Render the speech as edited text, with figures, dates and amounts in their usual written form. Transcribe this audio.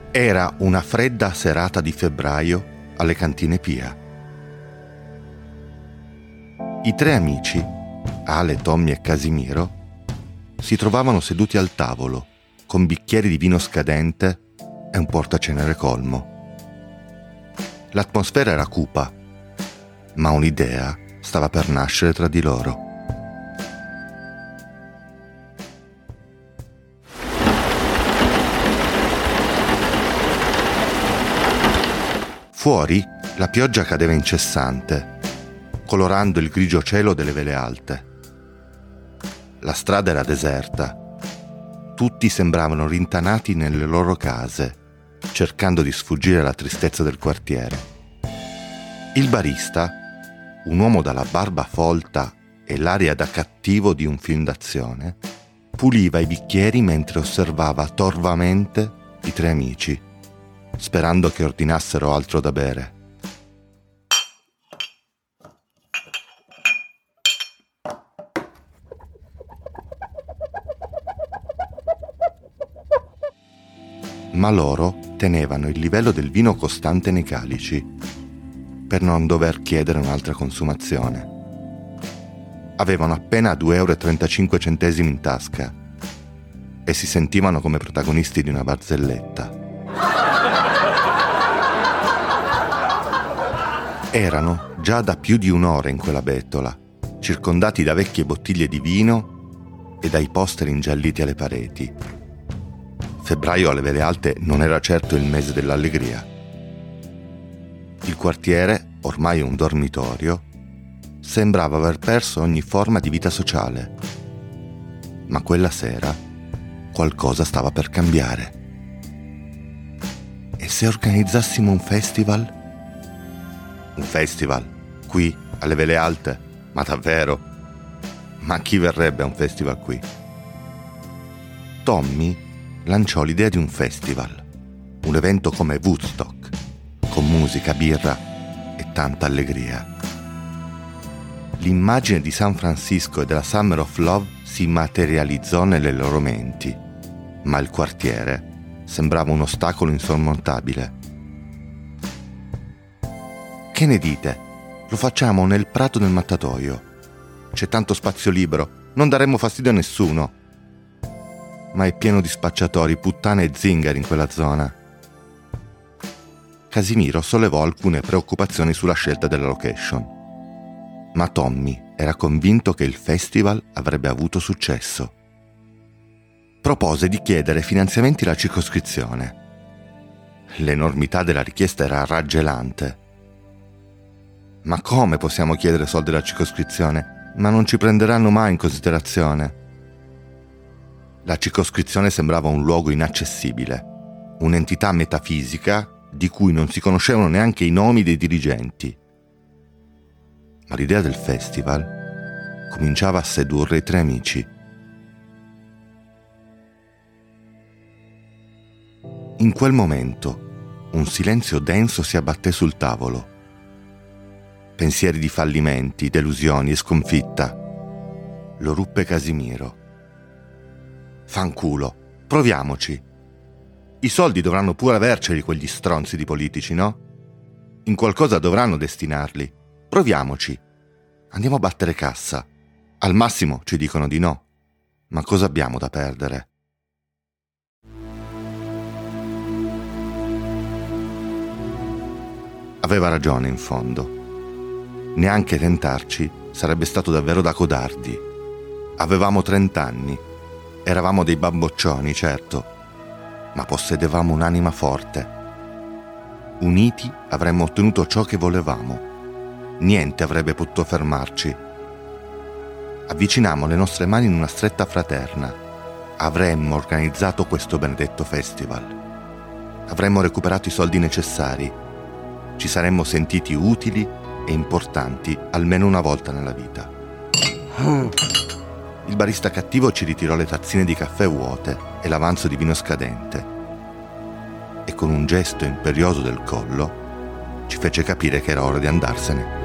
Era una fredda serata di febbraio alle Cantine Pia. I tre amici, Ale, Tommy e Casimiro, si trovavano seduti al tavolo con bicchieri di vino scadente e un portacenere colmo. L'atmosfera era cupa, ma un'idea stava per nascere tra di loro. Fuori la pioggia cadeva incessante, colorando il grigio cielo delle vele alte. La strada era deserta. Tutti sembravano rintanati nelle loro case, cercando di sfuggire alla tristezza del quartiere. Il barista, un uomo dalla barba folta e l'aria da cattivo di un film d'azione, puliva i bicchieri mentre osservava torvamente i tre amici, sperando che ordinassero altro da bere. Ma loro tenevano il livello del vino costante nei calici, per non dover chiedere un'altra consumazione. Avevano appena 2,35 € in tasca e si sentivano come protagonisti di una barzelletta. Erano già da più di un'ora in quella bettola, circondati da vecchie bottiglie di vino e dai poster ingialliti alle pareti. Febbraio alle vele alte non era certo il mese dell'allegria. Il quartiere, ormai un dormitorio, sembrava aver perso ogni forma di vita sociale. Ma quella sera qualcosa stava per cambiare. E se organizzassimo un festival? Un festival? Qui, alle vele alte? Ma davvero? Ma chi verrebbe a un festival qui? Tommy lanciò l'idea di un festival, un evento come Woodstock, con musica, birra e tanta allegria. L'immagine di San Francisco e della Summer of Love si materializzò nelle loro menti, ma il quartiere sembrava un ostacolo insormontabile. Che ne dite? Lo facciamo nel prato del mattatoio. C'è tanto spazio libero, non daremmo fastidio a nessuno. Ma è pieno di spacciatori, puttane e zingari in quella zona. Casimiro sollevò alcune preoccupazioni sulla scelta della location. Ma Tommy era convinto che il festival avrebbe avuto successo. Propose di chiedere finanziamenti alla circoscrizione. L'enormità della richiesta era raggelante. Ma come possiamo chiedere soldi alla circoscrizione? Ma non ci prenderanno mai in considerazione. La circoscrizione sembrava un luogo inaccessibile, un'entità metafisica di cui non si conoscevano neanche i nomi dei dirigenti. Ma l'idea del festival cominciava a sedurre i tre amici. In quel momento un silenzio denso si abbatté sul tavolo. Pensieri di fallimenti, delusioni e sconfitta. Lo ruppe Casimiro. Fanculo, proviamoci. I soldi dovranno pure averceli quegli stronzi di politici, no? In qualcosa dovranno destinarli. Proviamoci. Andiamo a battere cassa. Al massimo ci dicono di no. Ma cosa abbiamo da perdere? Aveva ragione in fondo. Neanche tentarci sarebbe stato davvero da codardi. Avevamo 30 anni. Eravamo dei bamboccioni, certo, ma possedevamo un'anima forte. Uniti avremmo ottenuto ciò che volevamo. Niente avrebbe potuto fermarci. Avvicinammo le nostre mani in una stretta fraterna. Avremmo organizzato questo benedetto festival. Avremmo recuperato i soldi necessari. Ci saremmo sentiti utili e importanti almeno una volta nella vita. Il barista cattivo ci ritirò le tazzine di caffè vuote e l'avanzo di vino scadente e con un gesto imperioso del collo ci fece capire che era ora di andarsene.